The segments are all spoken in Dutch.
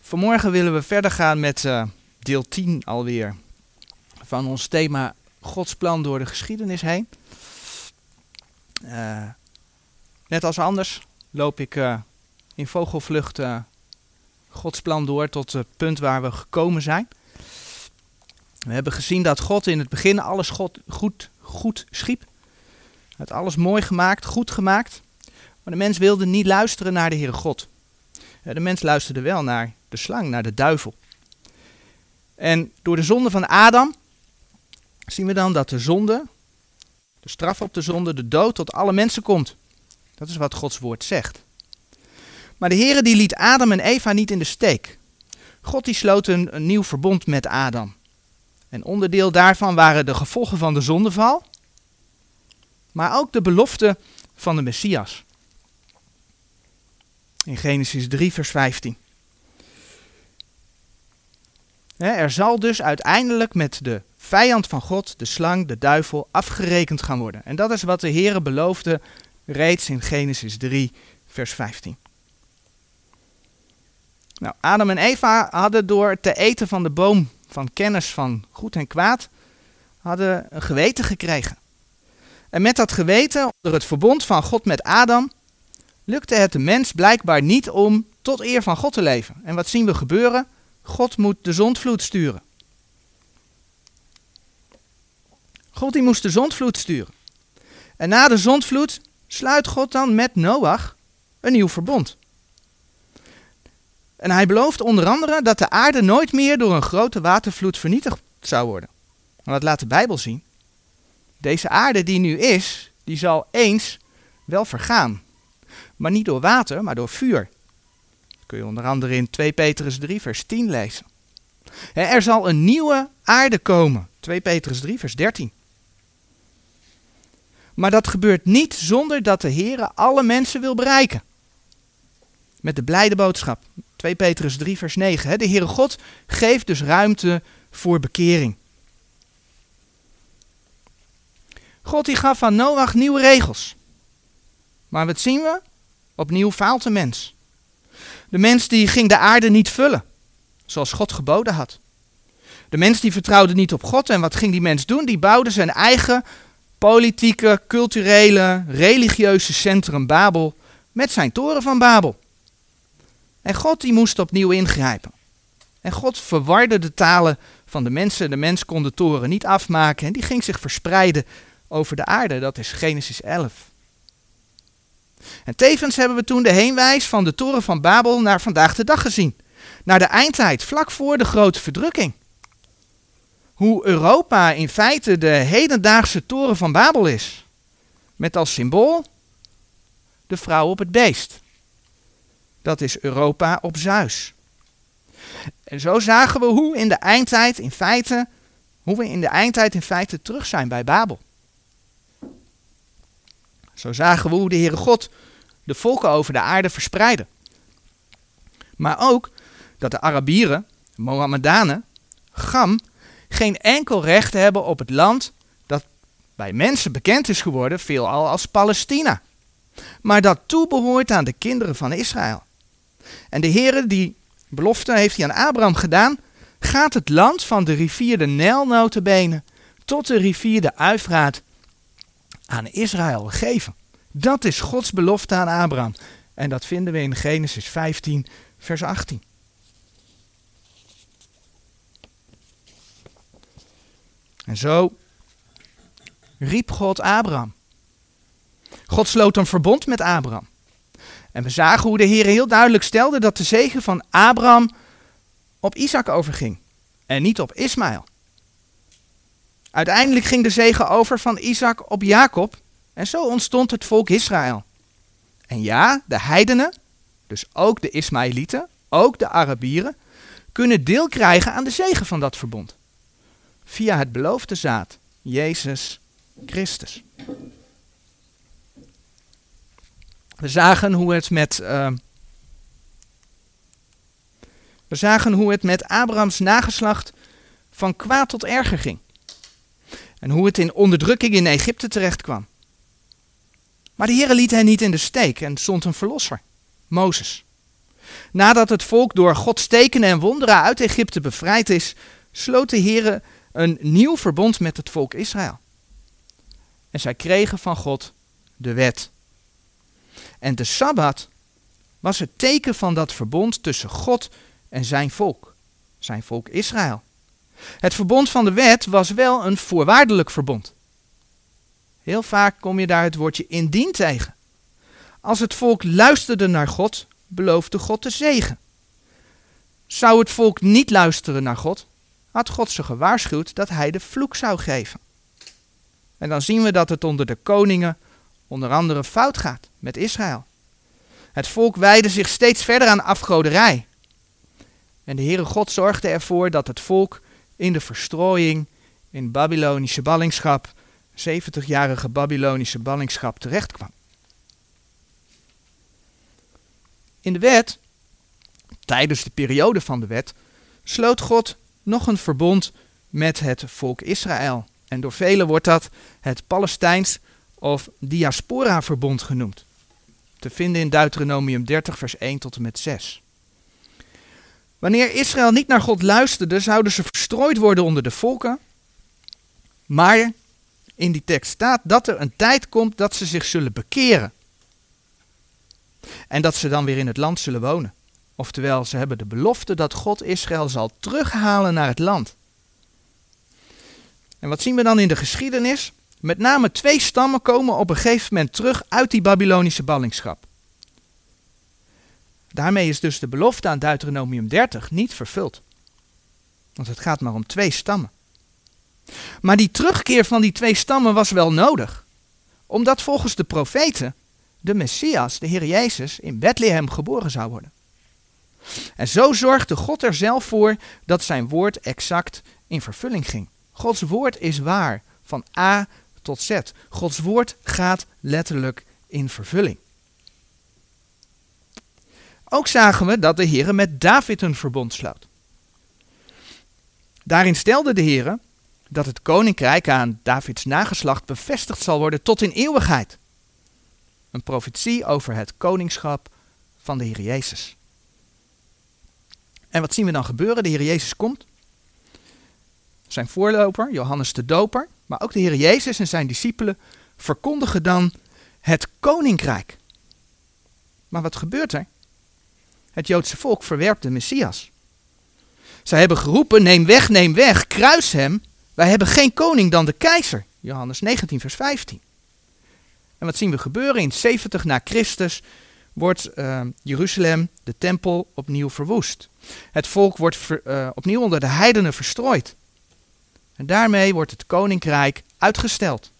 Vanmorgen willen we verder gaan met deel 10 alweer van ons thema Gods plan door de geschiedenis heen. Net als anders loop ik in vogelvlucht Gods plan door tot het punt waar we gekomen zijn. We hebben gezien dat God in het begin alles goed schiep. Hij had alles mooi gemaakt, goed gemaakt. Maar de mens wilde niet luisteren naar de Heere God. De mens luisterde wel naar de slang, naar de duivel. En door de zonde van Adam zien we dan dat de zonde, de straf op de zonde, de dood tot alle mensen komt. Dat is wat Gods woord zegt. Maar de Heere die liet Adam en Eva niet in de steek. God die sloot een nieuw verbond met Adam. En onderdeel daarvan waren de gevolgen van de zondeval, maar ook de belofte van de Messias. In Genesis 3 vers 15. Er zal dus uiteindelijk met de vijand van God, de slang, de duivel, afgerekend gaan worden. En dat is wat de Heere beloofde reeds in Genesis 3 vers 15. Nou, Adam en Eva hadden door te eten van de boom van kennis van goed en kwaad, hadden een geweten gekregen. En met dat geweten, onder het verbond van God met Adam, lukte het de mens blijkbaar niet om tot eer van God te leven. En wat zien we gebeuren? God moet de zondvloed sturen. God die moest de zondvloed sturen. En na de zondvloed sluit God dan met Noach een nieuw verbond. En hij belooft onder andere dat de aarde nooit meer door een grote watervloed vernietigd zou worden. En wat laat de Bijbel zien? Deze aarde die nu is, die zal eens wel vergaan. Maar niet door water, maar door vuur. Dat kun je onder andere in 2 Petrus 3 vers 10 lezen. Er zal een nieuwe aarde komen. 2 Petrus 3 vers 13. Maar dat gebeurt niet zonder dat de Heere alle mensen wil bereiken. Met de blijde boodschap. 2 Petrus 3 vers 9. De Heere God geeft dus ruimte voor bekering. God die gaf aan Noach nieuwe regels. Maar wat zien we? Opnieuw faalt de mens. De mens die ging de aarde niet vullen, zoals God geboden had. De mens die vertrouwde niet op God. En wat ging die mens doen? Die bouwde zijn eigen politieke, culturele, religieuze centrum Babel met zijn toren van Babel. En God die moest opnieuw ingrijpen. En God verwarde de talen van de mensen. De mens kon de toren niet afmaken en die ging zich verspreiden over de aarde. Dat is Genesis 11. En tevens hebben we toen de heenwijs van de toren van Babel naar vandaag de dag gezien. Naar de eindtijd, vlak voor de grote verdrukking. Hoe Europa in feite de hedendaagse toren van Babel is. Met als symbool de vrouw op het beest. Dat is Europa op Zeus. En zo zagen we hoe we in de eindtijd in feite terug zijn bij Babel. Zo zagen we hoe de Heere God de volken over de aarde verspreidde. Maar ook dat de Arabieren, de Mohammedanen, Cham, geen enkel recht hebben op het land dat bij mensen bekend is geworden, veelal als Palestina. Maar dat toebehoort aan de kinderen van Israël. En de Heere, die belofte heeft hij aan Abraham gedaan, gaat het land van de rivier de Nijl nota bene tot de rivier de Uifraat aan Israël geven. Dat is Gods belofte aan Abraham. En dat vinden we in Genesis 15 vers 18. En zo riep God Abraham. God sloot een verbond met Abraham. En we zagen hoe de Heer heel duidelijk stelde dat de zegen van Abraham op Isaac overging. En niet op Ismaël. Uiteindelijk ging de zegen over van Isaac op Jacob. En zo ontstond het volk Israël. En ja, de heidenen, dus ook de Ismaëlieten, ook de Arabieren, kunnen deel krijgen aan de zegen van dat verbond. Via het beloofde zaad, Jezus Christus. We zagen hoe het met Abrahams nageslacht van kwaad tot erger ging. En hoe het in onderdrukking in Egypte terecht kwam. Maar de Heere liet hen niet in de steek en zond een verlosser, Mozes. Nadat het volk door Gods tekenen en wonderen uit Egypte bevrijd is, sloot de Heere een nieuw verbond met het volk Israël. En zij kregen van God de wet. En de Sabbat was het teken van dat verbond tussen God en zijn volk Israël. Het verbond van de wet was wel een voorwaardelijk verbond. Heel vaak kom je daar het woordje indien tegen. Als het volk luisterde naar God, beloofde God de zegen. Zou het volk niet luisteren naar God, had God ze gewaarschuwd dat hij de vloek zou geven. En dan zien we dat het onder de koningen onder andere fout gaat met Israël. Het volk wijdde zich steeds verder aan afgoderij. En de Heere God zorgde ervoor dat het volk in de verstrooiing, in Babylonische ballingschap, 70-jarige Babylonische ballingschap terechtkwam. In de wet, tijdens de periode van de wet, sloot God nog een verbond met het volk Israël. En door velen wordt dat het Palestijns of Diaspora-verbond genoemd. Te vinden in Deuteronomium 30 vers 1 tot en met 6. Wanneer Israël niet naar God luisterde, zouden ze verstrooid worden onder de volken. Maar in die tekst staat dat er een tijd komt dat ze zich zullen bekeren. En dat ze dan weer in het land zullen wonen. Oftewel, ze hebben de belofte dat God Israël zal terughalen naar het land. En wat zien we dan in de geschiedenis? Met name 2 stammen komen op een gegeven moment terug uit die Babylonische ballingschap. Daarmee is dus de belofte aan Deuteronomium 30 niet vervuld. Want het gaat maar om 2 stammen. Maar die terugkeer van die 2 stammen was wel nodig. Omdat volgens de profeten de Messias, de Heer Jezus, in Bethlehem geboren zou worden. En zo zorgde God er zelf voor dat zijn woord exact in vervulling ging. Gods woord is waar, van A tot Z. Gods woord gaat letterlijk in vervulling. Ook zagen we dat de Heere met David een verbond sloot. Daarin stelde de Heere dat het koninkrijk aan Davids nageslacht bevestigd zal worden tot in eeuwigheid. Een profetie over het koningschap van de Heer Jezus. En wat zien we dan gebeuren? De Heer Jezus komt. Zijn voorloper, Johannes de Doper, maar ook de Heer Jezus en zijn discipelen verkondigen dan het koninkrijk. Maar wat gebeurt er? Het Joodse volk verwerpt de Messias. Zij hebben geroepen, neem weg, kruis hem. Wij hebben geen koning dan de keizer. Johannes 19 vers 15. En wat zien we gebeuren? In 70 na Christus wordt Jeruzalem, de tempel, opnieuw verwoest. Het volk wordt opnieuw onder de heidenen verstrooid. En daarmee wordt het koninkrijk uitgesteld.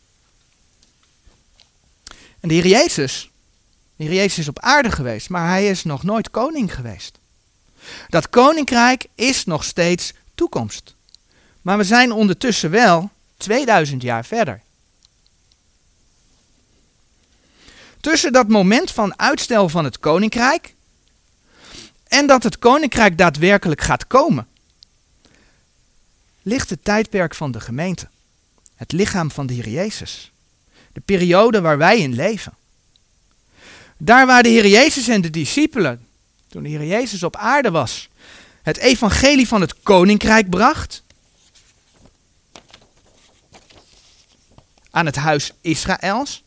En de Heer Jezus is op aarde geweest, maar hij is nog nooit koning geweest. Dat koninkrijk is nog steeds toekomst. Maar we zijn ondertussen wel 2000 jaar verder. Tussen dat moment van uitstel van het koninkrijk en dat het koninkrijk daadwerkelijk gaat komen, ligt het tijdperk van de gemeente. Het lichaam van de Heer Jezus. De periode waar wij in leven. Daar waar de Heer Jezus en de discipelen, toen de Heer Jezus op aarde was, het evangelie van het koninkrijk bracht aan het huis Israëls.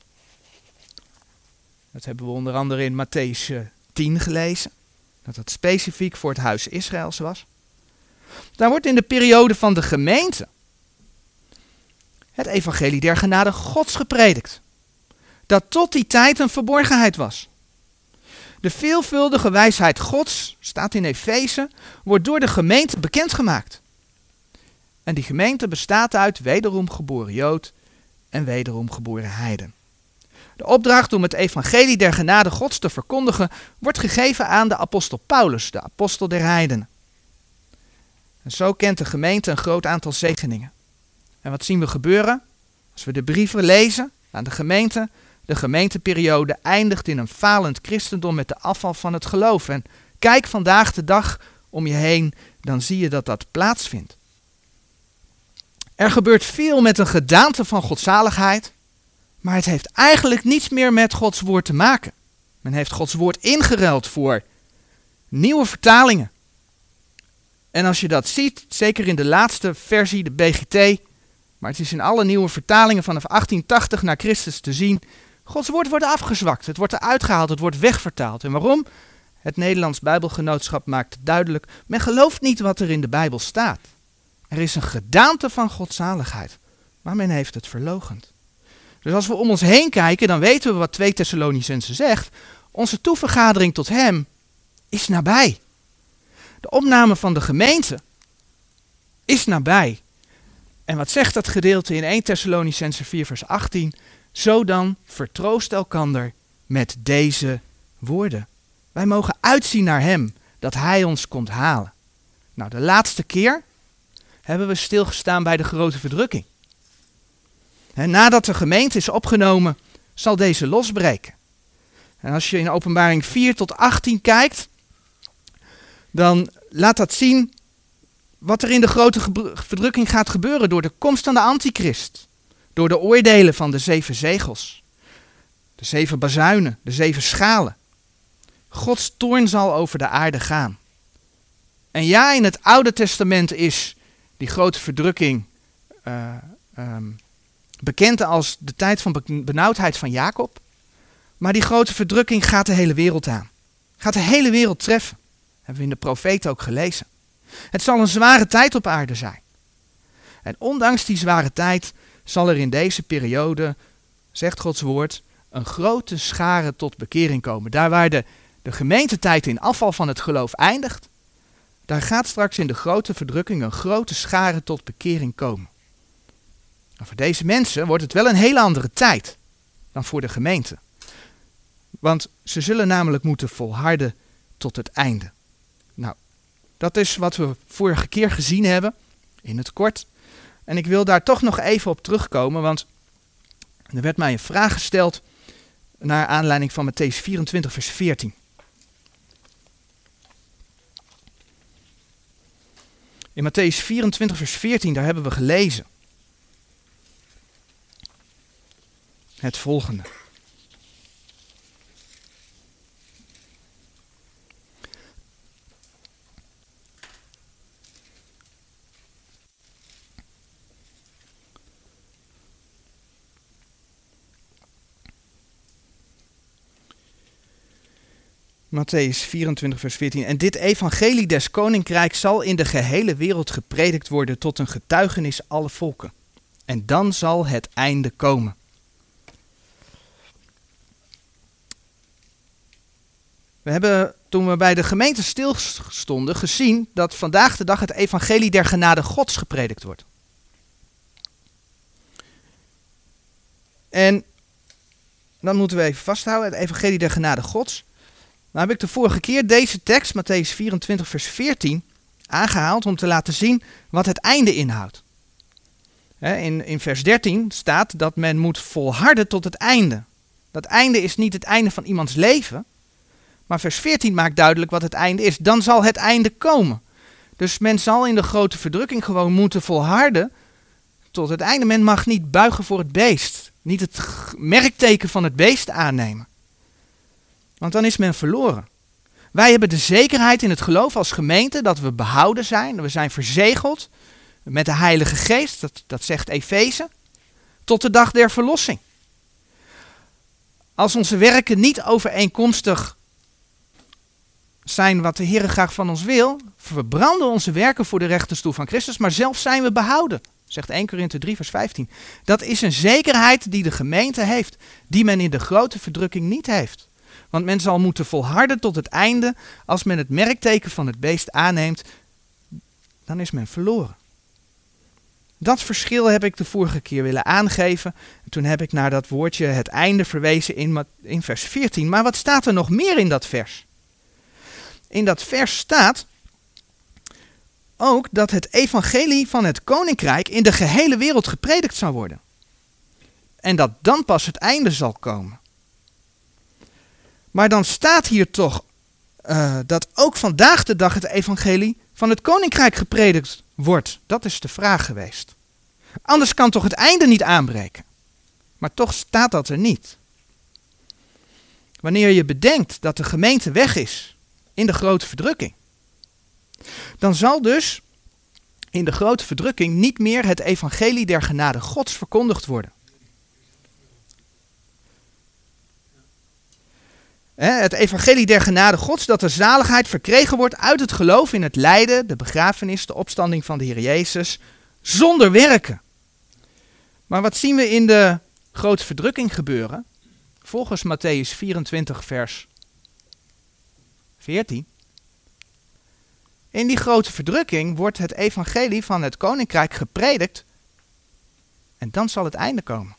Dat hebben we onder andere in Mattheüs 10 gelezen. Dat het specifiek voor het huis Israëls was. Daar wordt in de periode van de gemeente het evangelie der genade Gods gepredikt. Dat tot die tijd een verborgenheid was. De veelvuldige wijsheid Gods, staat in Efeze, wordt door de gemeente bekendgemaakt. En die gemeente bestaat uit wederom geboren Jood en wederom geboren heiden. De opdracht om het evangelie der genade Gods te verkondigen wordt gegeven aan de apostel Paulus, de apostel der heidenen. En zo kent de gemeente een groot aantal zegeningen. En wat zien we gebeuren? Als we de brieven lezen aan de gemeenteperiode eindigt in een falend christendom met de afval van het geloof. En kijk vandaag de dag om je heen, dan zie je dat dat plaatsvindt. Er gebeurt veel met een gedaante van godzaligheid, maar het heeft eigenlijk niets meer met Gods woord te maken. Men heeft Gods woord ingeruild voor nieuwe vertalingen. En als je dat ziet, zeker in de laatste versie, de BGT, maar het is in alle nieuwe vertalingen vanaf 1880 na Christus te zien, Gods woord wordt afgezwakt, het wordt eruit gehaald, het wordt wegvertaald. En waarom? Het Nederlands Bijbelgenootschap maakt duidelijk, men gelooft niet wat er in de Bijbel staat. Er is een gedaante van godzaligheid, maar men heeft het verloochend. Dus als we om ons heen kijken, dan weten we wat 2 Thessalonicenzen zegt. Onze toevergadering tot hem is nabij. De opname van de gemeente is nabij. En wat zegt dat gedeelte in 1 Thessalonicenzen 4 vers 18? Zo dan vertroost elkander met deze woorden. Wij mogen uitzien naar hem, dat hij ons komt halen. Nou, de laatste keer hebben we stilgestaan bij de grote verdrukking. En nadat de gemeente is opgenomen, zal deze losbreken. En als je in Openbaring 4 tot 18 kijkt, dan laat dat zien wat er in de grote verdrukking gaat gebeuren door de komst van de antichrist. Door de oordelen van de 7 zegels, de 7 bazuinen, de 7 schalen. Gods toorn zal over de aarde gaan. En ja, in het Oude Testament is die grote verdrukking bekend als de tijd van benauwdheid van Jacob. Maar die grote verdrukking gaat de hele wereld aan. Gaat de hele wereld treffen. Hebben we in de profeten ook gelezen. Het zal een zware tijd op aarde zijn. En ondanks die zware tijd zal er in deze periode, zegt Gods woord, een grote schare tot bekering komen. Daar waar de gemeentetijd in afval van het geloof eindigt, daar gaat straks in de grote verdrukking een grote schare tot bekering komen. En voor deze mensen wordt het wel een hele andere tijd dan voor de gemeente. Want ze zullen namelijk moeten volharden tot het einde. Nou, dat is wat we vorige keer gezien hebben, in het kort. En ik wil daar toch nog even op terugkomen, want er werd mij een vraag gesteld naar aanleiding van Mattheüs 24 vers 14. In Mattheüs 24 vers 14, daar hebben we gelezen het volgende. Mattheüs 24 vers 14. En dit evangelie des koninkrijks zal in de gehele wereld gepredikt worden tot een getuigenis alle volken. En dan zal het einde komen. We hebben, toen we bij de gemeente stilstonden, gezien dat vandaag de dag het evangelie der genade Gods gepredikt wordt. En dan moeten we even vasthouden, het evangelie der genade Gods. Nou heb ik de vorige keer deze tekst, Mattheüs 24 vers 14, aangehaald om te laten zien wat het einde inhoudt. In vers 13 staat dat men moet volharden tot het einde. Dat einde is niet het einde van iemands leven, maar vers 14 maakt duidelijk wat het einde is. Dan zal het einde komen. Dus men zal in de grote verdrukking gewoon moeten volharden tot het einde. Men mag niet buigen voor het beest. Niet het merkteken van het beest aannemen. Want dan is men verloren. Wij hebben de zekerheid in het geloof als gemeente dat we behouden zijn. We zijn verzegeld met de Heilige Geest, dat zegt Efeze, tot de dag der verlossing. Als onze werken niet overeenkomstig zijn wat de Heer graag van ons wil, verbranden onze werken voor de rechterstoel van Christus, maar zelf zijn we behouden, zegt 1 Korinthe 3 vers 15. Dat is een zekerheid die de gemeente heeft, die men in de grote verdrukking niet heeft. Want men zal moeten volharden tot het einde. Als men het merkteken van het beest aanneemt, dan is men verloren. Dat verschil heb ik de vorige keer willen aangeven. En toen heb ik naar dat woordje het einde verwezen in vers 14. Maar wat staat er nog meer in dat vers? In dat vers staat ook dat het evangelie van het koninkrijk in de gehele wereld gepredikt zal worden. En dat dan pas het einde zal komen. Maar dan staat hier toch dat ook vandaag de dag het evangelie van het koninkrijk gepredikt wordt. Dat is de vraag geweest. Anders kan toch het einde niet aanbreken. Maar toch staat dat er niet. Wanneer je bedenkt dat de gemeente weg is in de grote verdrukking. Dan zal dus in de grote verdrukking niet meer het evangelie der genade Gods verkondigd worden. Het evangelie der genade Gods, dat de zaligheid verkregen wordt uit het geloof in het lijden, de begrafenis, de opstanding van de Heer Jezus, zonder werken. Maar wat zien we in de grote verdrukking gebeuren? Volgens Mattheüs 24 vers 14. In die grote verdrukking wordt het evangelie van het koninkrijk gepredikt en dan zal het einde komen.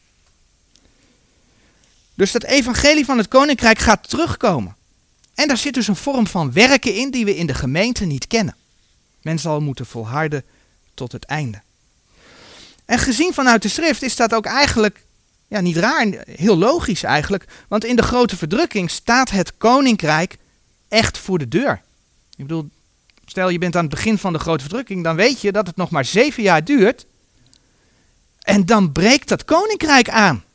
Dus het evangelie van het koninkrijk gaat terugkomen. En daar zit dus een vorm van werken in die we in de gemeente niet kennen. Men zal moeten volharden tot het einde. En gezien vanuit de schrift is dat ook eigenlijk niet raar, heel logisch eigenlijk. Want in de grote verdrukking staat het koninkrijk echt voor de deur. Ik bedoel, stel je bent aan het begin van de grote verdrukking, dan weet je dat het nog maar 7 jaar duurt. En dan breekt dat koninkrijk aan.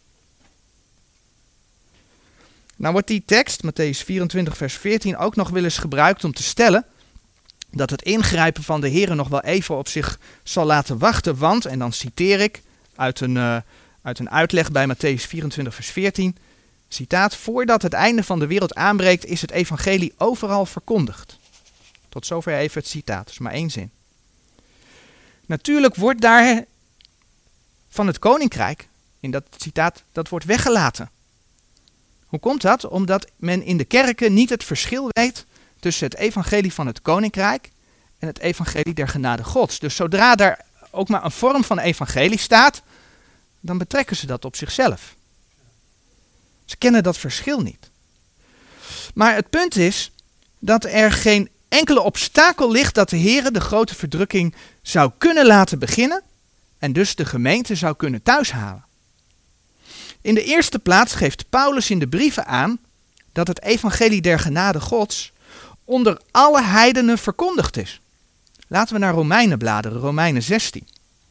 Nou wordt die tekst, Mattheüs 24 vers 14, ook nog wel eens gebruikt om te stellen dat het ingrijpen van de Heere nog wel even op zich zal laten wachten. Want, en dan citeer ik uit een uitleg bij Mattheüs 24 vers 14, citaat, voordat het einde van de wereld aanbreekt is het evangelie overal verkondigd. Tot zover even het citaat, dat is maar 1 zin. Natuurlijk wordt daar van het koninkrijk, in dat citaat, dat wordt weggelaten. Hoe komt dat? Omdat men in de kerken niet het verschil weet tussen het evangelie van het koninkrijk en het evangelie der genade Gods. Dus zodra daar ook maar een vorm van evangelie staat, dan betrekken ze dat op zichzelf. Ze kennen dat verschil niet. Maar het punt is dat er geen enkele obstakel ligt dat de Heere de grote verdrukking zou kunnen laten beginnen en dus de gemeente zou kunnen thuishalen. In de eerste plaats geeft Paulus in de brieven aan dat het evangelie der genade Gods onder alle heidenen verkondigd is. Laten we naar Romeinen bladeren, Romeinen 16.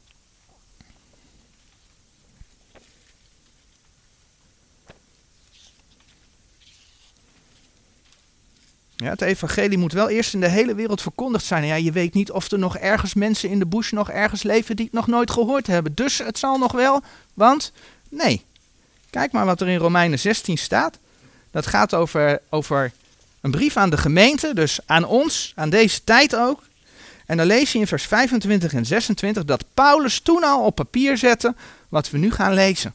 Ja, het evangelie moet wel eerst in de hele wereld verkondigd zijn. Ja, je weet niet of er nog ergens mensen in de bush nog ergens leven die het nog nooit gehoord hebben. Dus het zal nog wel, want nee. Kijk maar wat er in Romeinen 16 staat. Dat gaat over een brief aan de gemeente, dus aan ons, aan deze tijd ook. En dan lees je in vers 25 en 26 dat Paulus toen al op papier zette wat we nu gaan lezen.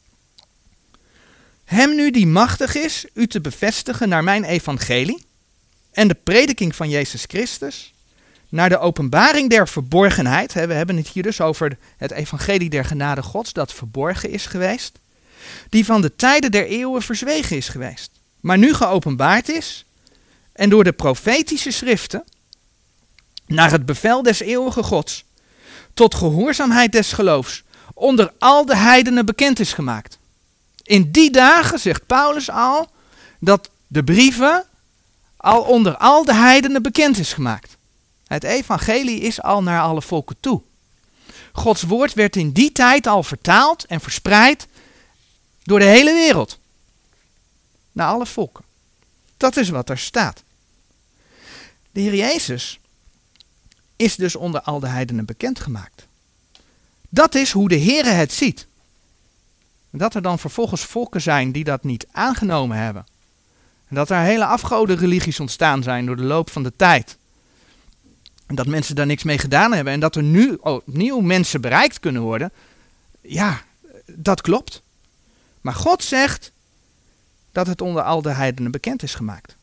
Hem nu die machtig is u te bevestigen naar mijn evangelie en de prediking van Jezus Christus, naar de openbaring der verborgenheid. We hebben het hier dus over het evangelie der genade Gods dat verborgen is geweest. Die van de tijden der eeuwen verzwegen is geweest, maar nu geopenbaard is en door de profetische schriften naar het bevel des eeuwige Gods tot gehoorzaamheid des geloofs onder al de heidenen bekend is gemaakt. In die dagen zegt Paulus al dat de brieven al onder al de heidenen bekend is gemaakt. Het evangelie is al naar alle volken toe. Gods woord werd in die tijd al vertaald en verspreid door de hele wereld. Naar alle volken. Dat is wat er staat. De Heer Jezus is dus onder al de heidenen bekendgemaakt. Dat is hoe de Heere het ziet. Dat er dan vervolgens volken zijn die dat niet aangenomen hebben. En dat er hele afgodenreligies ontstaan zijn door de loop van de tijd. En dat mensen daar niks mee gedaan hebben. En dat er nu opnieuw mensen bereikt kunnen worden. Ja, dat klopt. Maar God zegt dat het onder al de heidenen bekend is gemaakt.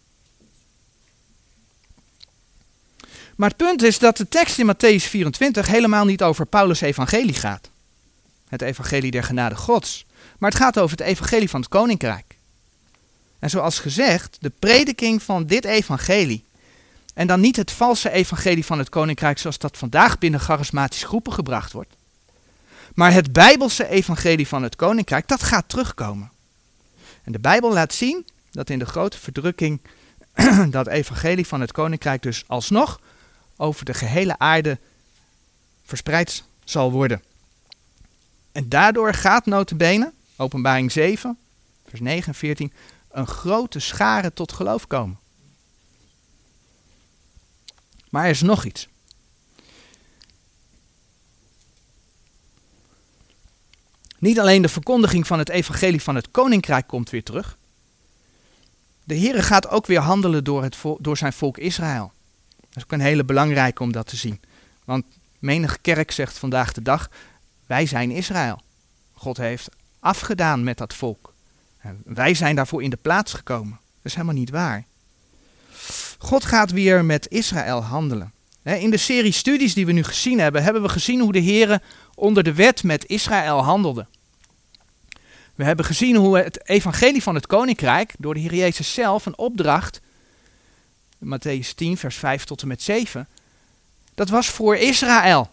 Maar het punt is dat de tekst in Mattheüs 24 helemaal niet over Paulus' evangelie gaat. Het evangelie der genade Gods. Maar het gaat over het evangelie van het koninkrijk. En zoals gezegd, de prediking van dit evangelie. En dan niet het valse evangelie van het koninkrijk zoals dat vandaag binnen charismatische groepen gebracht wordt. Maar het bijbelse evangelie van het koninkrijk, dat gaat terugkomen. En de Bijbel laat zien dat in de grote verdrukking dat evangelie van het koninkrijk dus alsnog over de gehele aarde verspreid zal worden. En daardoor gaat nota bene, Openbaring 7, vers 9 en 14, een grote schare tot geloof komen. Maar er is nog iets. Niet alleen de verkondiging van het evangelie van het koninkrijk komt weer terug. De Heere gaat ook weer handelen door zijn volk Israël. Dat is ook een hele belangrijke om dat te zien. Want menige kerk zegt vandaag de dag, wij zijn Israël. God heeft afgedaan met dat volk. Wij zijn daarvoor in de plaats gekomen. Dat is helemaal niet waar. God gaat weer met Israël handelen. In de serie studies die we nu gezien hebben, hebben we gezien hoe de Heere onder de wet met Israël handelde. We hebben gezien hoe het evangelie van het koninkrijk door de Heer Jezus zelf een opdracht, Mattheüs 10 vers 5 tot en met 7, dat was voor Israël.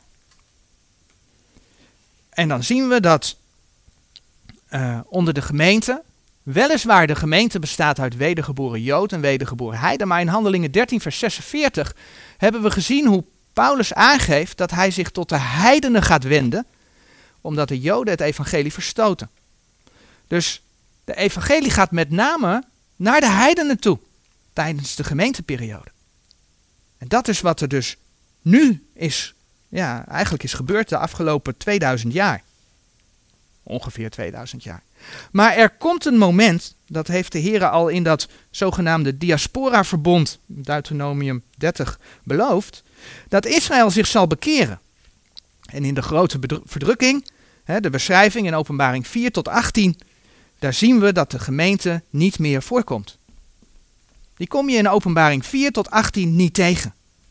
En dan zien we dat onder de gemeente, weliswaar de gemeente bestaat uit wedergeboren Jood en wedergeboren heiden, maar in Handelingen 13 vers 46 hebben we gezien hoe Paulus aangeeft dat hij zich tot de heidenen gaat wenden, omdat de Joden het evangelie verstoten. Dus de evangelie gaat met name naar de heidenen toe, tijdens de gemeenteperiode. En dat is wat er dus nu is, eigenlijk is gebeurd de afgelopen 2000 jaar. Ongeveer 2000 jaar. Maar er komt een moment, dat heeft de Heere al in dat zogenaamde diaspora-verbond, Deuteronomium 30, beloofd, dat Israël zich zal bekeren. En in de grote verdrukking, de beschrijving in Openbaring 4 tot 18, daar zien we dat de gemeente niet meer voorkomt. Die kom je in Openbaring 4 tot 18 niet tegen.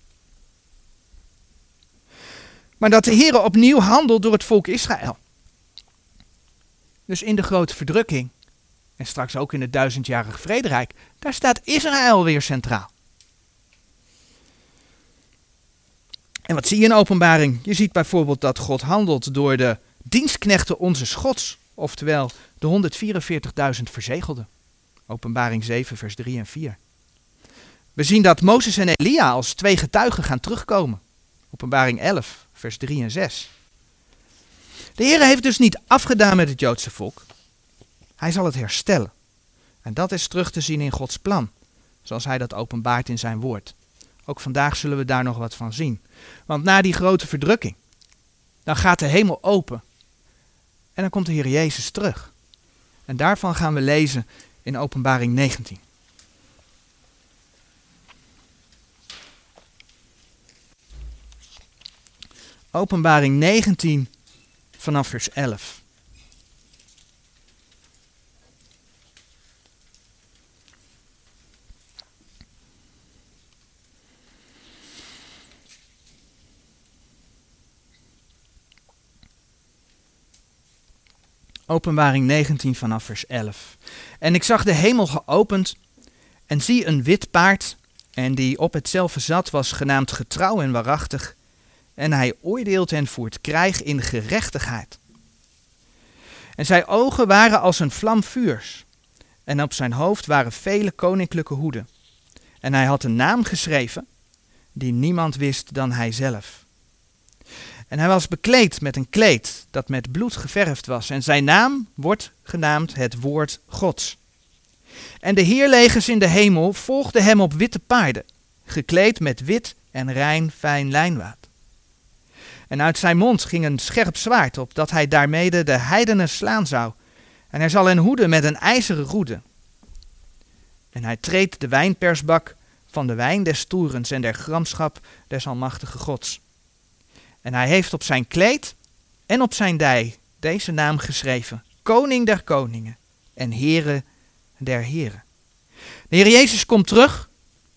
Maar dat de Heere opnieuw handelt door het volk Israël. Dus in de grote verdrukking, en straks ook in het 1000-jarig vrederijk, daar staat Israël weer centraal. En wat zie je in Openbaring? Je ziet bijvoorbeeld dat God handelt door de dienstknechten onzes Gods, oftewel de 144.000 verzegelden. Openbaring 7 vers 3 en 4. We zien dat Mozes en Elia als twee getuigen gaan terugkomen. Openbaring 11 vers 3 en 6. De Heer heeft dus niet afgedaan met het Joodse volk. Hij zal het herstellen. En dat is terug te zien in Gods plan, zoals hij dat openbaart in zijn woord. Ook vandaag zullen we daar nog wat van zien. Want na die grote verdrukking, dan gaat de hemel open. En dan komt de Heer Jezus terug. En daarvan gaan we lezen in Openbaring 19. Openbaring 19 vanaf vers 11. Openbaring 19 vanaf vers 11. En ik zag de hemel geopend en zie een wit paard en die op hetzelfde zat was genaamd getrouw en waarachtig. En hij oordeelt en voert krijg in gerechtigheid. En zijn ogen waren als een vlam vuurs. En op zijn hoofd waren vele koninklijke hoeden. En hij had een naam geschreven die niemand wist dan hij zelf. En hij was bekleed met een kleed dat met bloed geverfd was. En zijn naam wordt genaamd het woord Gods. En de heerlegers in de hemel volgden hem op witte paarden, gekleed met wit en rein fijn lijnwaad. En uit zijn mond ging een scherp zwaard op, dat hij daarmede de heidenen slaan zou. En hij zal hen hoeden met een ijzeren roede. En hij treedt de wijnpersbak van de wijn des toerens en der gramschap des almachtige Gods. En hij heeft op zijn kleed en op zijn dij deze naam geschreven: Koning der koningen en Heere der heren. De Heer Jezus komt terug.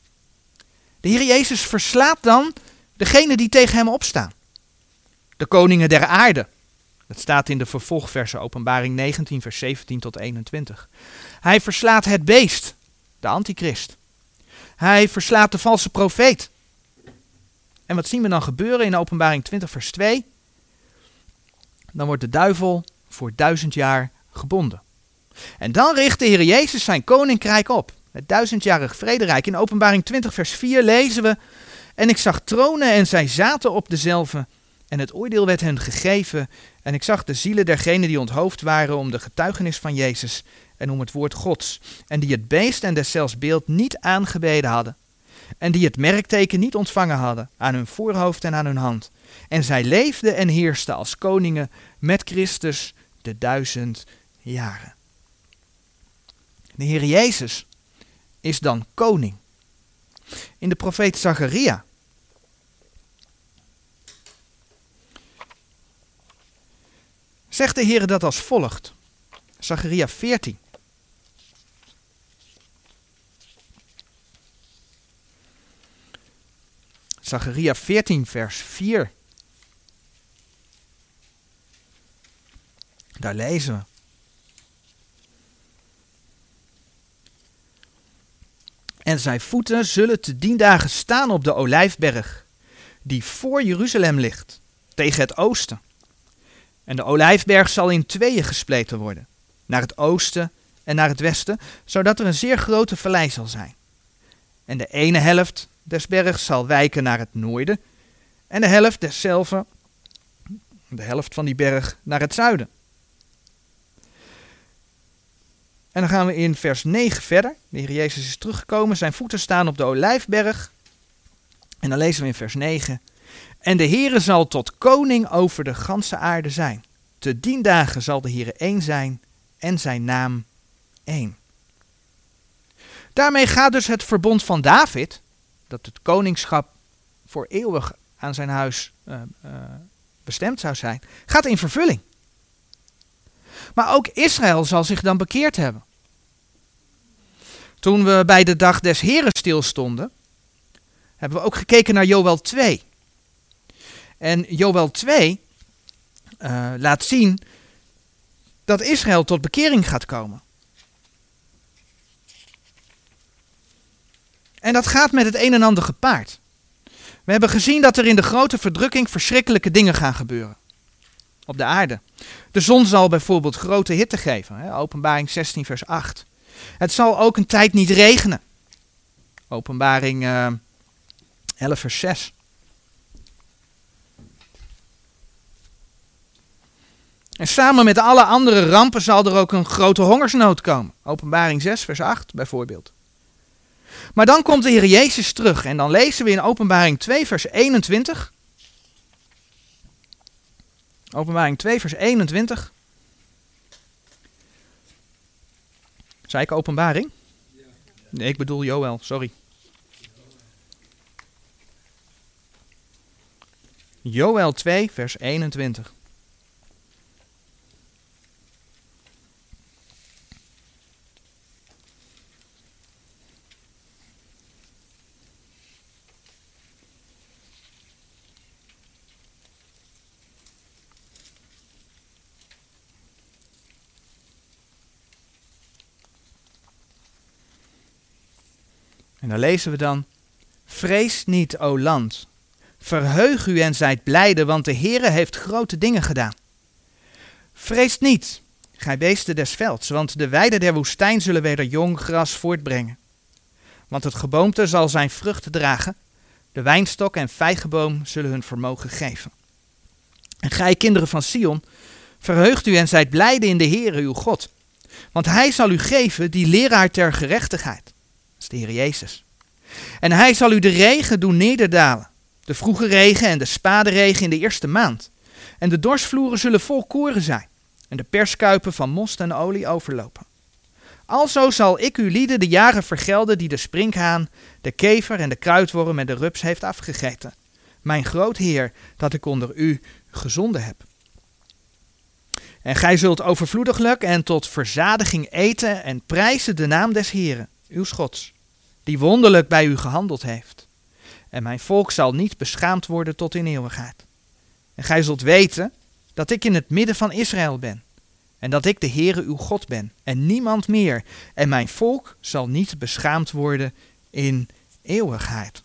De Heer Jezus verslaat dan degenen die tegen hem opstaan. De koningen der aarde. Dat staat in de vervolgversen Openbaring 19 vers 17 tot 21. Hij verslaat het beest, de antichrist. Hij verslaat de valse profeet. En wat zien we dan gebeuren in Openbaring 20 vers 2? Dan wordt de duivel voor 1000 jaar gebonden. En dan richt de Heer Jezus zijn koninkrijk op. Het 1000-jarig vrederijk. In Openbaring 20 vers 4 lezen we: En ik zag tronen en zij zaten op dezelve. En het oordeel werd hen gegeven. En ik zag de zielen dergenen die onthoofd waren om de getuigenis van Jezus en om het woord Gods. En die het beest en deszelfs beeld niet aangebeden hadden. en die het merkteken niet ontvangen hadden aan hun voorhoofd en aan hun hand. En zij leefden en heersten als koningen met Christus de 1000 jaren. De Heer Jezus is dan koning. In de profeet Zacharia zegt de Heer dat als volgt. Zacharia 14. Zacharia 14 vers 4. Daar lezen we. En zijn voeten zullen te dien dagen staan op de Olijfberg, die voor Jeruzalem ligt, tegen het oosten. En de Olijfberg zal in tweeën gespleten worden, naar het oosten en naar het westen, zodat er een zeer grote vallei zal zijn. En de ene helft des bergs zal wijken naar het noorden, en de helft deszelfde, de helft van die berg, naar het zuiden. En dan gaan we in vers 9 verder. De Heer Jezus is teruggekomen, zijn voeten staan op de Olijfberg. En dan lezen we in vers 9. En de Heere zal tot koning over de ganse aarde zijn. Te dien dagen zal de Heere één zijn en zijn naam één. Daarmee gaat dus het verbond van David, dat het koningschap voor eeuwig aan zijn huis bestemd zou zijn, gaat in vervulling. Maar ook Israël zal zich dan bekeerd hebben. Toen we bij de dag des Heren stilstonden, hebben we ook gekeken naar Joël 2. En Joël 2 laat zien dat Israël tot bekering gaat komen. En dat gaat met het een en ander gepaard. We hebben gezien dat er in de grote verdrukking verschrikkelijke dingen gaan gebeuren. Op de aarde. De zon zal bijvoorbeeld grote hitte geven. Openbaring 16 vers 8. Het zal ook een tijd niet regenen. Openbaring 11 vers 6. En samen met alle andere rampen zal er ook een grote hongersnood komen. Openbaring 6 vers 8 bijvoorbeeld. Maar dan komt de Heer Jezus terug en dan lezen we in Openbaring 2 vers 21. Openbaring 2 vers 21. Zei ik Openbaring? Nee, ik bedoel Joël, sorry. Joël 2 vers 21. En dan lezen we dan: Vrees niet, o land. Verheug u en zijt blijde, want de Heere heeft grote dingen gedaan. Vrees niet, gij beesten des velds, want de weiden der woestijn zullen weder jong gras voortbrengen. Want het geboomte zal zijn vruchten dragen, de wijnstok en vijgenboom zullen hun vermogen geven. En gij kinderen van Sion, verheugt u en zijt blijde in de Heere uw God. Want hij zal u geven die leraar ter gerechtigheid. Dat is de Heer Jezus. En hij zal u de regen doen nederdalen. De vroege regen en de spaderegen in de eerste maand. En de dorsvloeren zullen vol koren zijn. En de perskuipen van most en olie overlopen. Alzo zal ik u lieden de jaren vergelden die de sprinkhaan, de kever en de kruidworm en de rups heeft afgegeten. Mijn groot Heer, dat ik onder u gezonden heb. En gij zult overvloediglijk en tot verzadiging eten en prijzen de naam des Heeren, uw Gods, die wonderlijk bij u gehandeld heeft. En mijn volk zal niet beschaamd worden tot in eeuwigheid. En gij zult weten dat ik in het midden van Israël ben. En dat ik de Heere uw God ben en niemand meer. En mijn volk zal niet beschaamd worden in eeuwigheid.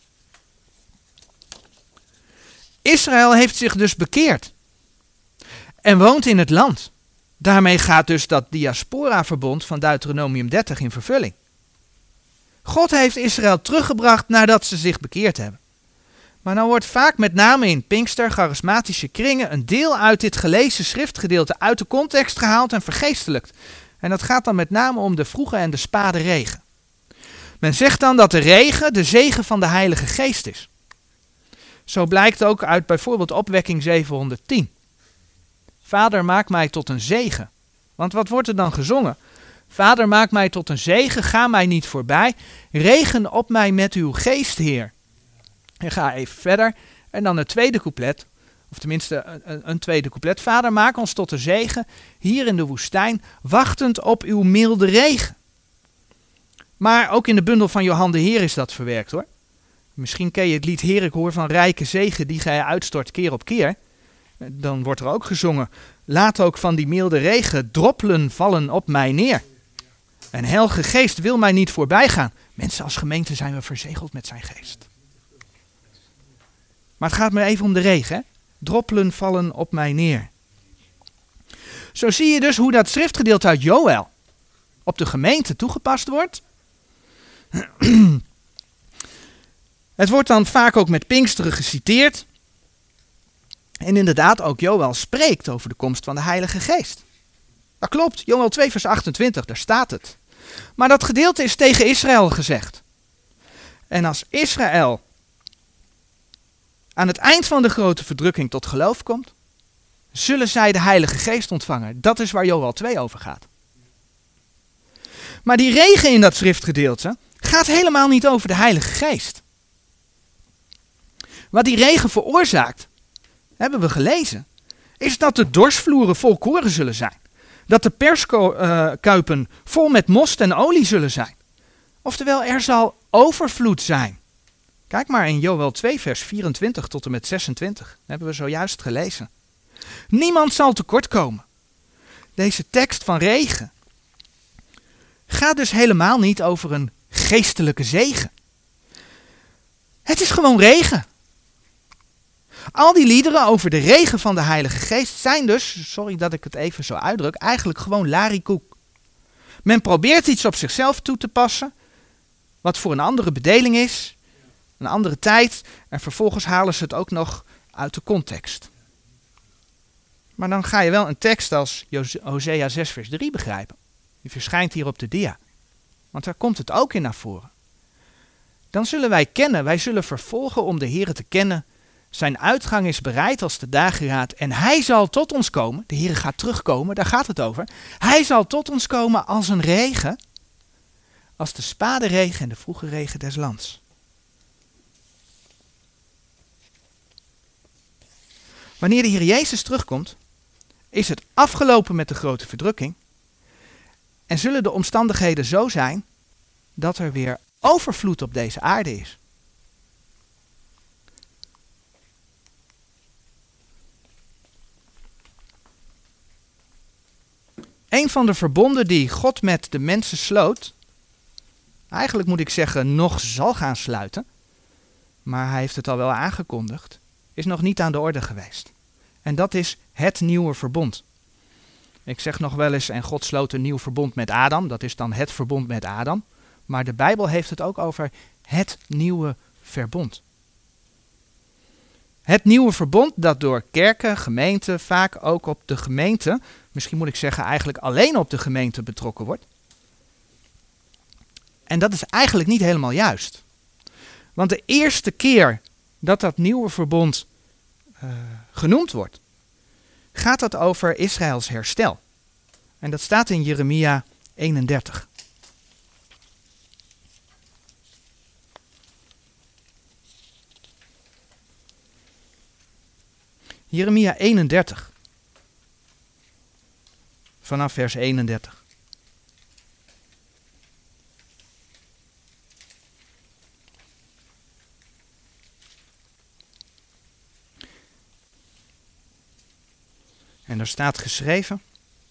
Israël heeft zich dus bekeerd. En woont in het land. Daarmee gaat dus dat diaspora-verbond van Deuteronomium 30 in vervulling. God heeft Israël teruggebracht nadat ze zich bekeerd hebben. Maar dan wordt vaak met name in Pinkster, charismatische kringen, een deel uit dit gelezen schriftgedeelte uit de context gehaald en vergeestelijkt. En dat gaat dan met name om de vroege en de spade regen. Men zegt dan dat de regen de zegen van de Heilige Geest is. Zo blijkt ook uit bijvoorbeeld Opwekking 710. Vader, maak mij tot een zegen. Want wat wordt er dan gezongen? Vader, maak mij tot een zegen, ga mij niet voorbij. Regen op mij met uw geest, Heer. En ga even verder. En dan het tweede couplet, of tenminste een tweede couplet. Vader, maak ons tot een zegen, hier in de woestijn, wachtend op uw milde regen. Maar ook in de bundel van Johan de Heer is dat verwerkt, hoor. Misschien ken je het lied Heer, ik hoor van rijke zegen die gij uitstort keer op keer. Dan wordt er ook gezongen, laat ook van die milde regen droppelen vallen op mij neer. En Heilige Geest wil mij niet voorbij gaan. Mensen, als gemeente zijn we verzegeld met zijn geest. Maar het gaat me even om de regen. Hè? Droppelen vallen op mij neer. Zo zie je dus hoe dat schriftgedeelte uit Joël op de gemeente toegepast wordt. Het wordt dan vaak ook met Pinksteren geciteerd. En inderdaad, ook Joël spreekt over de komst van de Heilige Geest. Dat klopt, Joël 2 vers 28, daar staat het. Maar dat gedeelte is tegen Israël gezegd. En als Israël aan het eind van de grote verdrukking tot geloof komt, zullen zij de Heilige Geest ontvangen. Dat is waar Joël 2 over gaat. Maar die regen in dat schriftgedeelte gaat helemaal niet over de Heilige Geest. Wat die regen veroorzaakt, hebben we gelezen, is dat de dorsvloeren vol koren zullen zijn. Dat de perskuipen vol met most en olie zullen zijn. Oftewel, er zal overvloed zijn. Kijk maar in Joël 2 vers 24 tot en met 26. Dat hebben we zojuist gelezen. Niemand zal tekort komen. Deze tekst van regen gaat dus helemaal niet over een geestelijke zegen. Het is gewoon regen. Al die liederen over de regen van de Heilige Geest zijn dus, sorry dat ik het even zo uitdruk, eigenlijk gewoon larikoek. Men probeert iets op zichzelf toe te passen, wat voor een andere bedeling is, een andere tijd, en vervolgens halen ze het ook nog uit de context. Maar dan ga je wel een tekst als Hosea 6 vers 3 begrijpen. Die verschijnt hier op de dia. Want daar komt het ook in naar voren. Dan zullen wij kennen, wij zullen vervolgen om de Heere te kennen. Zijn uitgang is bereid als de dageraad en hij zal tot ons komen. De Heere gaat terugkomen, daar gaat het over. Hij zal tot ons komen als een regen, als de spaderegen en de vroege regen des lands. Wanneer de Heer Jezus terugkomt, is het afgelopen met de grote verdrukking en zullen de omstandigheden zo zijn dat er weer overvloed op deze aarde is. Een van de verbonden die God met de mensen sloot, eigenlijk moet ik zeggen nog zal gaan sluiten, maar hij heeft het al wel aangekondigd, is nog niet aan de orde geweest. En dat is het nieuwe verbond. Ik zeg nog wel eens, en God sloot een nieuw verbond met Adam, dat is dan het verbond met Adam. Maar de Bijbel heeft het ook over het nieuwe verbond. Het nieuwe verbond dat door kerken, gemeenten, vaak ook op de gemeente, misschien moet ik zeggen eigenlijk alleen op de gemeente betrokken wordt. En dat is eigenlijk niet helemaal juist. Want de eerste keer dat dat nieuwe verbond genoemd wordt, gaat dat over Israëls herstel. En dat staat in Jeremia 31. Jeremia 31. Vanaf vers 31. En er staat geschreven: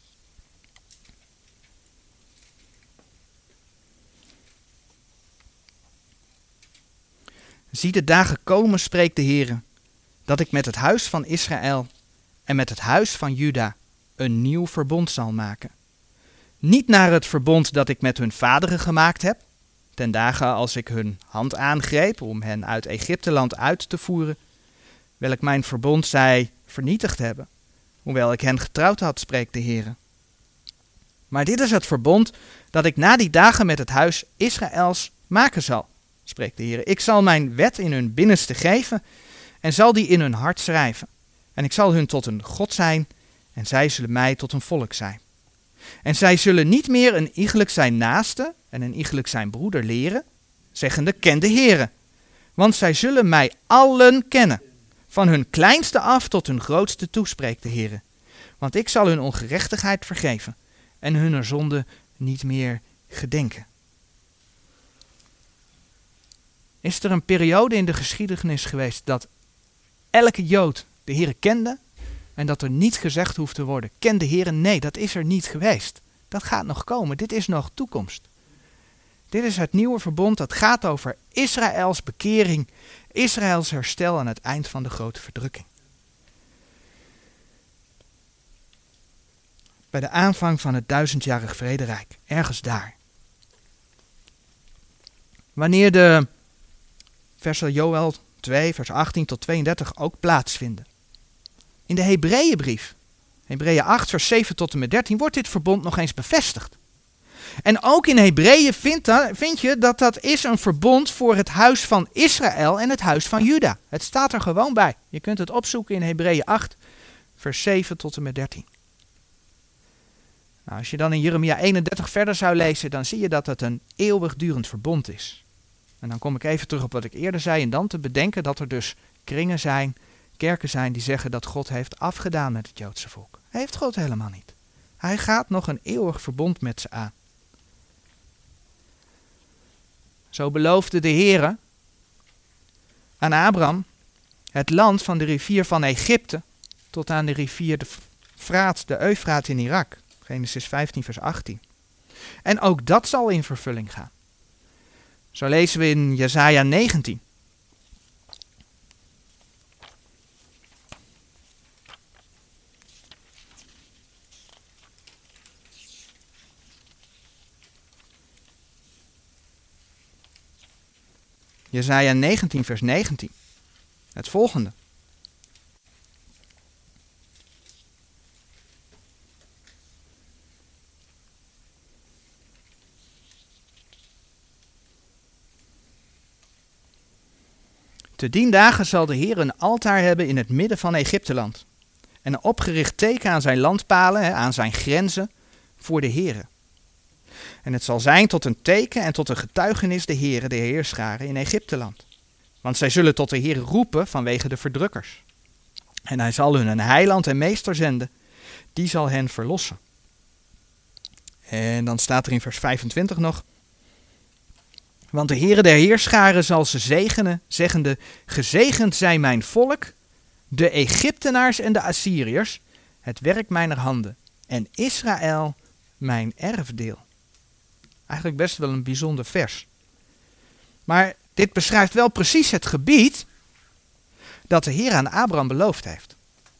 Zie de dagen komen, spreekt de Heere, dat ik met het huis van Israël en met het huis van Juda een nieuw verbond zal maken. Niet naar het verbond dat ik met hun vaderen gemaakt heb, ten dagen als ik hun hand aangreep om hen uit Egypteland uit te voeren, welk mijn verbond zij vernietigd hebben, hoewel ik hen getrouwd had, spreekt de Heere. Maar dit is het verbond dat ik na die dagen met het huis Israëls maken zal, spreekt de Heer. Ik zal mijn wet in hun binnenste geven en zal die in hun hart schrijven. En ik zal hun tot een God zijn en zij zullen mij tot een volk zijn. En zij zullen niet meer een iegelijk zijn naaste en een iegelijk zijn broeder leren, zeggende, ken de Heere. Want zij zullen mij allen kennen, van hun kleinste af tot hun grootste toe, spreekt de Heere. Want ik zal hun ongerechtigheid vergeven en hun zonde niet meer gedenken. Is er een periode in de geschiedenis geweest dat elke Jood de Heere kende en dat er niet gezegd hoeft te worden, ken de Heere? Nee, dat is er niet geweest. Dat gaat nog komen. Dit is nog toekomst. Dit is het nieuwe verbond dat gaat over Israëls bekering, Israëls herstel aan het eind van de grote verdrukking. Bij de aanvang van het 1000-jarig vrederijk, ergens daar. Wanneer de versen Joël 2, vers 18 tot 32 ook plaatsvinden. In de Hebreeënbrief, Hebreeën 8, vers 7 tot en met 13, wordt dit verbond nog eens bevestigd. En ook in Hebreeën vind je dat dat is een verbond voor het huis van Israël en het huis van Juda. Het staat er gewoon bij. Je kunt het opzoeken in Hebreeën 8, vers 7 tot en met 13. Nou, als je dan in Jeremia 31 verder zou lezen, dan zie je dat het een eeuwigdurend verbond is. En dan kom ik even terug op wat ik eerder zei en dan te bedenken dat er dus kringen zijn, kerken zijn die zeggen dat God heeft afgedaan met het Joodse volk. Heeft God helemaal niet. Hij gaat nog een eeuwig verbond met ze aan. Zo beloofde de Heere aan Abraham het land van de rivier van Egypte tot aan de rivier de Eufraat in Irak. Genesis 15 vers 18. En ook dat zal in vervulling gaan. Zo lezen we in Jesaja 19. Jesaja 19 vers 19. Het volgende. Te dien dagen zal de Heer een altaar hebben in het midden van Egypteland. En een opgericht teken aan zijn landpalen, aan zijn grenzen, voor de Heere. En het zal zijn tot een teken en tot een getuigenis de Heere, de heerscharen in Egypteland. Want zij zullen tot de Heere roepen vanwege de verdrukkers. En hij zal hun een heiland en meester zenden, die zal hen verlossen. En dan staat er in vers 25 nog. Want de Heere der heerscharen zal ze zegenen, zeggende, gezegend zij mijn volk, de Egyptenaars en de Assyriërs, het werk mijner handen, en Israël mijn erfdeel. Eigenlijk best wel een bijzonder vers. Maar dit beschrijft wel precies het gebied dat de Heer aan Abraham beloofd heeft.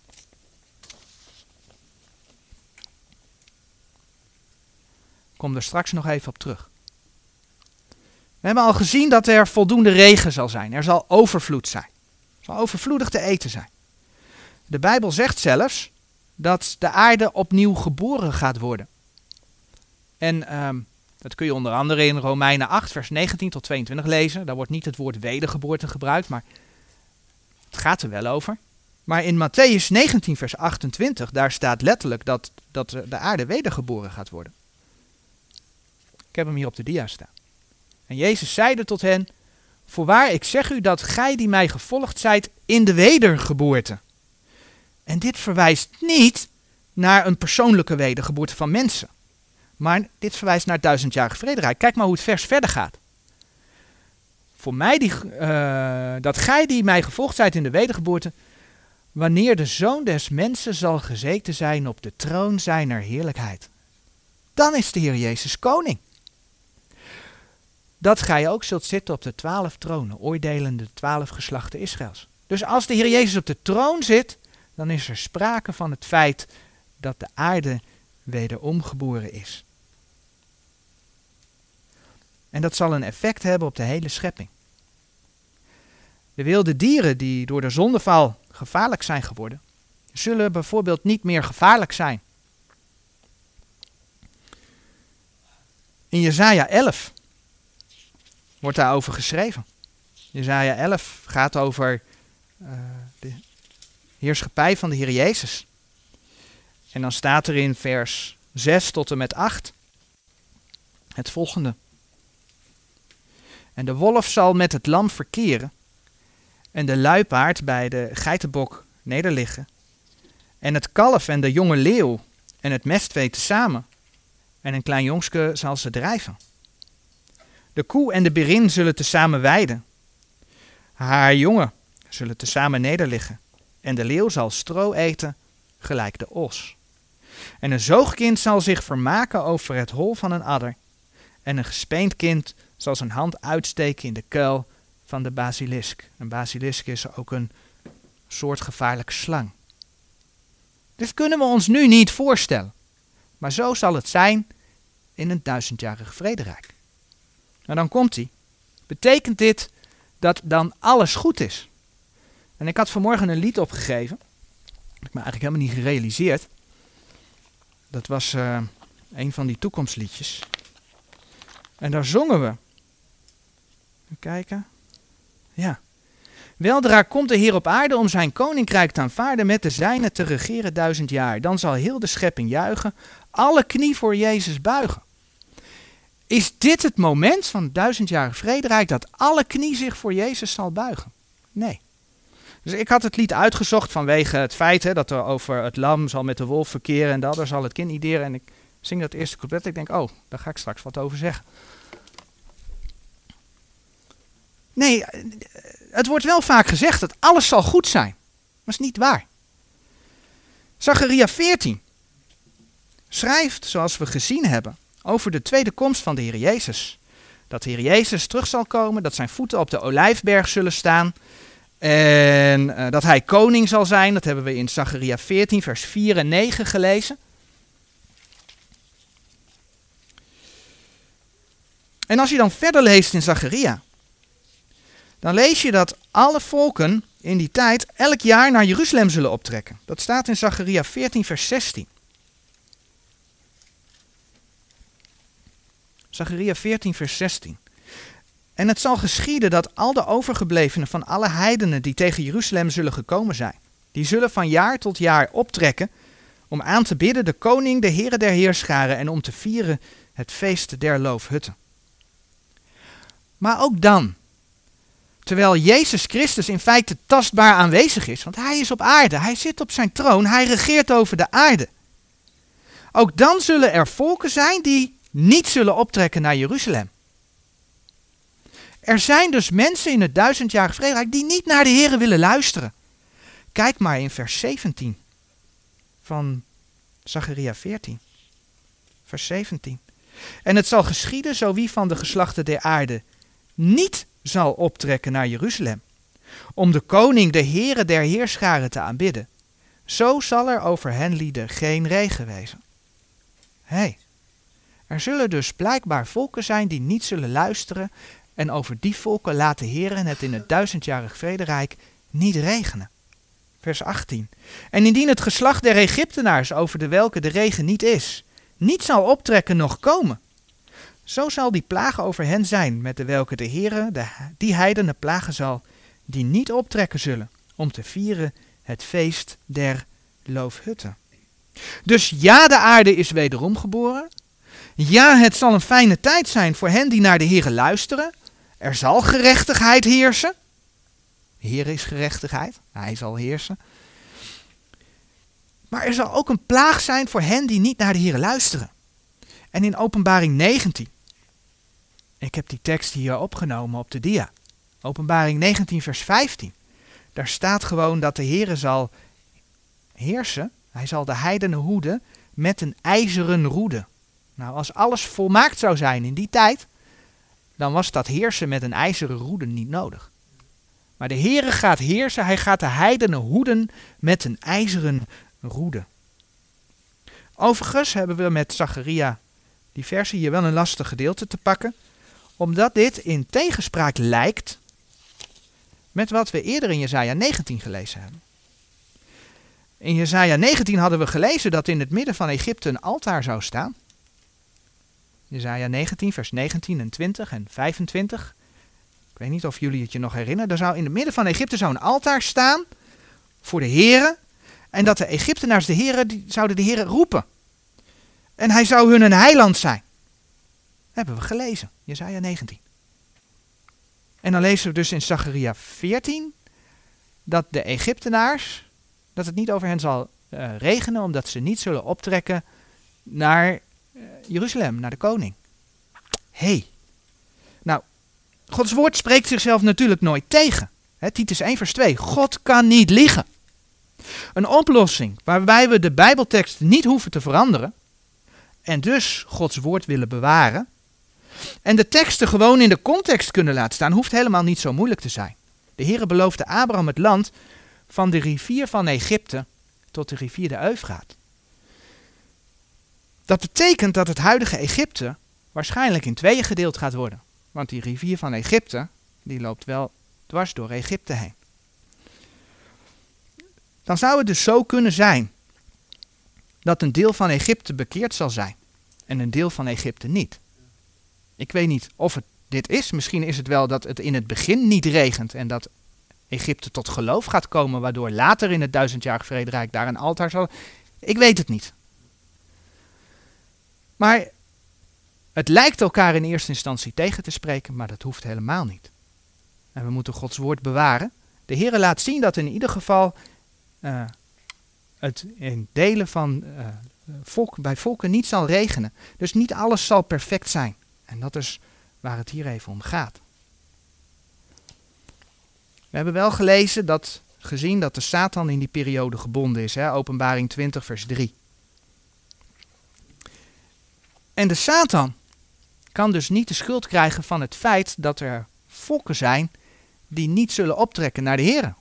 Ik kom er straks nog even op terug. We hebben al gezien dat er voldoende regen zal zijn. Er zal overvloed zijn. Er zal overvloedig te eten zijn. De Bijbel zegt zelfs dat de aarde opnieuw geboren gaat worden. En dat kun je onder andere in Romeinen 8 vers 19 tot 22 lezen. Daar wordt niet het woord wedergeboorte gebruikt, maar het gaat er wel over. Maar in Mattheüs 19 vers 28, daar staat letterlijk dat de aarde wedergeboren gaat worden. Ik heb hem hier op de dia staan. En Jezus zeide tot hen, voorwaar ik zeg u dat gij die mij gevolgd zijt in de wedergeboorte. En dit verwijst niet naar een persoonlijke wedergeboorte van mensen. Maar dit verwijst naar het 1000-jarig vrederijk. Kijk maar hoe het vers verder gaat. Voor mij dat gij die mij gevolgd zijt in de wedergeboorte, wanneer de Zoon des Mensen zal gezeten zijn op de troon zijner heerlijkheid. Dan is de Heer Jezus koning. Dat gij ook zult zitten op de 12 tronen, oordelende de 12 geslachten Israëls. Dus als de Heer Jezus op de troon zit, dan is er sprake van het feit dat de aarde wederom geboren is. En dat zal een effect hebben op de hele schepping. De wilde dieren die door de zondeval gevaarlijk zijn geworden, zullen bijvoorbeeld niet meer gevaarlijk zijn. In Jesaja 11 wordt daarover geschreven. Jesaja 11 gaat over de heerschappij van de Heer Jezus. En dan staat er in vers 6 tot en met 8 het volgende. En de wolf zal met het lam verkeren en de luipaard bij de geitenbok nederliggen. En het kalf en de jonge leeuw en het mestvee tezamen. En een klein jongske zal ze drijven. De koe en de berin zullen tezamen weiden. Haar jongen zullen tezamen nederliggen. En de leeuw zal stro eten, gelijk de os. En een zoogkind zal zich vermaken over het hol van een adder. En een gespeend kind zal zijn hand uitsteken in de kuil van de basilisk. Een basilisk is ook een soort gevaarlijke slang. Dit kunnen we ons nu niet voorstellen. Maar zo zal het zijn in een 1000-jarig vrederijk. Nou, dan komt hij. Betekent dit dat dan alles goed is? En ik had vanmorgen een lied opgegeven. Dat heb ik me eigenlijk helemaal niet gerealiseerd. Dat was een van die toekomstliedjes. En daar zongen we. Even kijken. Ja. Weldra komt de Heer op aarde om zijn koninkrijk te aanvaarden met de zijnen te regeren 1000 jaar. Dan zal heel de schepping juichen, alle knie voor Jezus buigen. Is dit het moment van het 1000-jarig vrederijk dat alle knie zich voor Jezus zal buigen? Nee. Dus ik had het lied uitgezocht vanwege het feit dat er over het lam zal met de wolf verkeren en de adder zal het kind niet deren. En ik zing dat eerste couplet. Ik denk, daar ga ik straks wat over zeggen. Nee, het wordt wel vaak gezegd dat alles zal goed zijn. Maar dat is niet waar. Zacharia 14 schrijft, zoals we gezien hebben, over de tweede komst van de Heer Jezus. Dat de Heer Jezus terug zal komen, dat zijn voeten op de Olijfberg zullen staan. En dat hij koning zal zijn, dat hebben we in Zacharia 14 vers 4 en 9 gelezen. En als je dan verder leest in Zacharia, dan lees je dat alle volken in die tijd elk jaar naar Jeruzalem zullen optrekken. Dat staat in Zacharia 14 vers 16. Zacharia 14 vers 16. En het zal geschieden dat al de overgeblevenen van alle heidenen die tegen Jeruzalem zullen gekomen zijn, die zullen van jaar tot jaar optrekken om aan te bidden de koning, de Heere der heerscharen en om te vieren het feest der loofhutten. Maar ook dan, terwijl Jezus Christus in feite tastbaar aanwezig is, want hij is op aarde, hij zit op zijn troon, hij regeert over de aarde. Ook dan zullen er volken zijn die niet zullen optrekken naar Jeruzalem. Er zijn dus mensen in het 1000-jarig vrederijk die niet naar de Heere willen luisteren. Kijk maar in vers 17 van Zacharia 14. Vers 17. En het zal geschieden zo wie van de geslachten der aarde niet zal optrekken naar Jeruzalem, om de koning, de Heere der heerscharen te aanbidden. Zo zal er over hen lieden geen regen wezen. Er zullen dus blijkbaar volken zijn die niet zullen luisteren en over die volken laat de Heere het in het 1000-jarig vrederijk niet regenen. Vers 18. En indien het geslacht der Egyptenaars over de welke de regen niet is, niet zal optrekken noch komen, zo zal die plaag over hen zijn met de welke de Heere die heidenen plagen zal, die niet optrekken zullen om te vieren het feest der loofhutten. Dus ja, de aarde is wederom geboren. Ja, het zal een fijne tijd zijn voor hen die naar de Heere luisteren. Er zal gerechtigheid heersen. De Heere is gerechtigheid, hij zal heersen. Maar er zal ook een plaag zijn voor hen die niet naar de Heere luisteren. En in Openbaring 19, ik heb die tekst hier opgenomen op de dia. Openbaring 19 vers 15. Daar staat gewoon dat de Heere zal heersen. Hij zal de heidenen hoeden met een ijzeren roede. Nou, als alles volmaakt zou zijn in die tijd, dan was dat heersen met een ijzeren roede niet nodig. Maar de Heere gaat heersen, hij gaat de heidenen hoeden met een ijzeren roede. Overigens hebben we met Zacharia die versie hier wel een lastig gedeelte te pakken, omdat dit in tegenspraak lijkt met wat we eerder in Jesaja 19 gelezen hebben. In Jesaja 19 hadden we gelezen dat in het midden van Egypte een altaar zou staan. Jesaja 19 vers 19 en 20 en 25. weet niet of jullie het je nog herinneren. Er zou in het midden van Egypte zou een altaar staan voor de Here. En dat de Egyptenaars die zouden de Here roepen. En hij zou hun een heiland zijn. Dat hebben we gelezen, Jesaja 19. En dan lezen we dus in Zacharia 14 dat de Egyptenaars, dat het niet over hen zal regenen, omdat ze niet zullen optrekken naar Jeruzalem, naar de koning. Nou, Gods woord spreekt zichzelf natuurlijk nooit tegen. Titus 1 vers 2, God kan niet liegen. Een oplossing waarbij we de Bijbeltekst niet hoeven te veranderen en dus Gods woord willen bewaren en de teksten gewoon in de context kunnen laten staan, hoeft helemaal niet zo moeilijk te zijn. De Heere beloofde Abraham het land van de rivier van Egypte tot de rivier de Eufraat. Dat betekent dat het huidige Egypte waarschijnlijk in tweeën gedeeld gaat worden. Want die rivier van Egypte, die loopt wel dwars door Egypte heen. Dan zou het dus zo kunnen zijn dat een deel van Egypte bekeerd zal zijn en een deel van Egypte niet. Ik weet niet of het dit is. Misschien is het wel dat het in het begin niet regent en dat Egypte tot geloof gaat komen, waardoor later in het 1000-jarig vrederijk daar een altaar zal. Ik weet het niet. Maar het lijkt elkaar in eerste instantie tegen te spreken, maar dat hoeft helemaal niet. En we moeten Gods woord bewaren. De Heere laat zien dat in ieder geval het in delen van bij volken niet zal regenen. Dus niet alles zal perfect zijn. En dat is waar het hier even om gaat. We hebben wel gezien dat de Satan in die periode gebonden is. Openbaring 20 vers 3. En de Satan kan dus niet de schuld krijgen van het feit dat er volken zijn die niet zullen optrekken naar de Heere.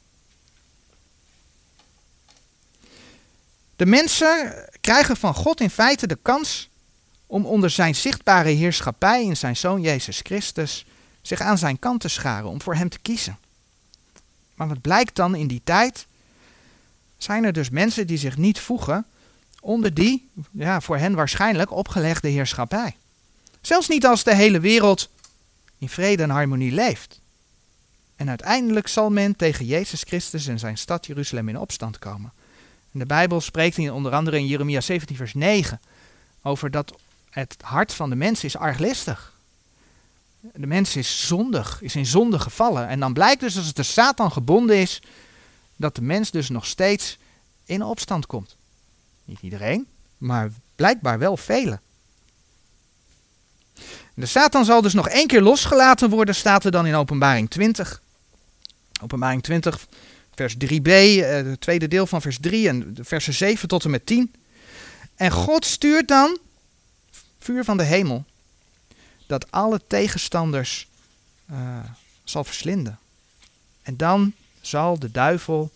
De mensen krijgen van God in feite de kans om onder zijn zichtbare heerschappij in zijn Zoon Jezus Christus zich aan zijn kant te scharen, om voor hem te kiezen. Maar wat blijkt dan in die tijd? Zijn er dus mensen die zich niet voegen onder die, voor hen waarschijnlijk opgelegde heerschappij. Zelfs niet als de hele wereld in vrede en harmonie leeft. En uiteindelijk zal men tegen Jezus Christus en zijn stad Jeruzalem in opstand komen. En de Bijbel spreekt onder andere in Jeremia 17 vers 9 over dat het hart van de mens is arglistig. De mens is zondig, is in zonde gevallen. En dan blijkt dus als het de Satan gebonden is, dat de mens dus nog steeds in opstand komt. Niet iedereen, maar blijkbaar wel velen. De Satan zal dus nog 1 keer losgelaten worden, staat er dan in Openbaring 20. Openbaring 20, vers 3b, het tweede deel van vers 3 en versen 7 tot en met 10. En God stuurt dan vuur van de hemel, dat alle tegenstanders zal verslinden. En dan zal de duivel,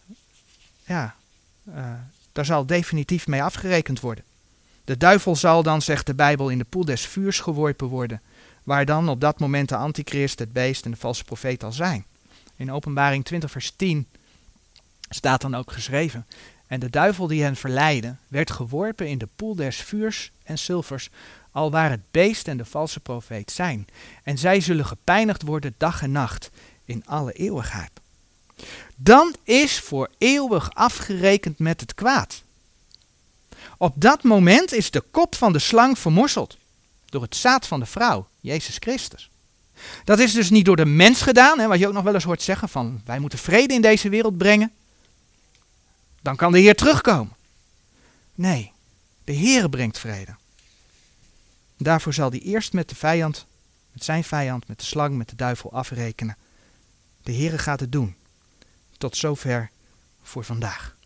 daar zal definitief mee afgerekend worden. De duivel zal dan, zegt de Bijbel, in de poel des vuurs geworpen worden, waar dan op dat moment de antichrist, het beest en de valse profeet al zijn. In Openbaring 20 vers 10 staat dan ook geschreven: en de duivel die hen verleidde, werd geworpen in de poel des vuurs en zilvers, alwaar het beest en de valse profeet zijn. En zij zullen gepijnigd worden dag en nacht in alle eeuwigheid. Dan is voor eeuwig afgerekend met het kwaad. Op dat moment is de kop van de slang vermorzeld door het zaad van de vrouw, Jezus Christus. Dat is dus niet door de mens gedaan, wat je ook nog wel eens hoort zeggen van wij moeten vrede in deze wereld brengen. Dan kan de Heer terugkomen. Nee, de Heer brengt vrede. Daarvoor zal hij eerst met de vijand, met zijn vijand, met de slang, met de duivel afrekenen. De Heer gaat het doen. Tot zover voor vandaag.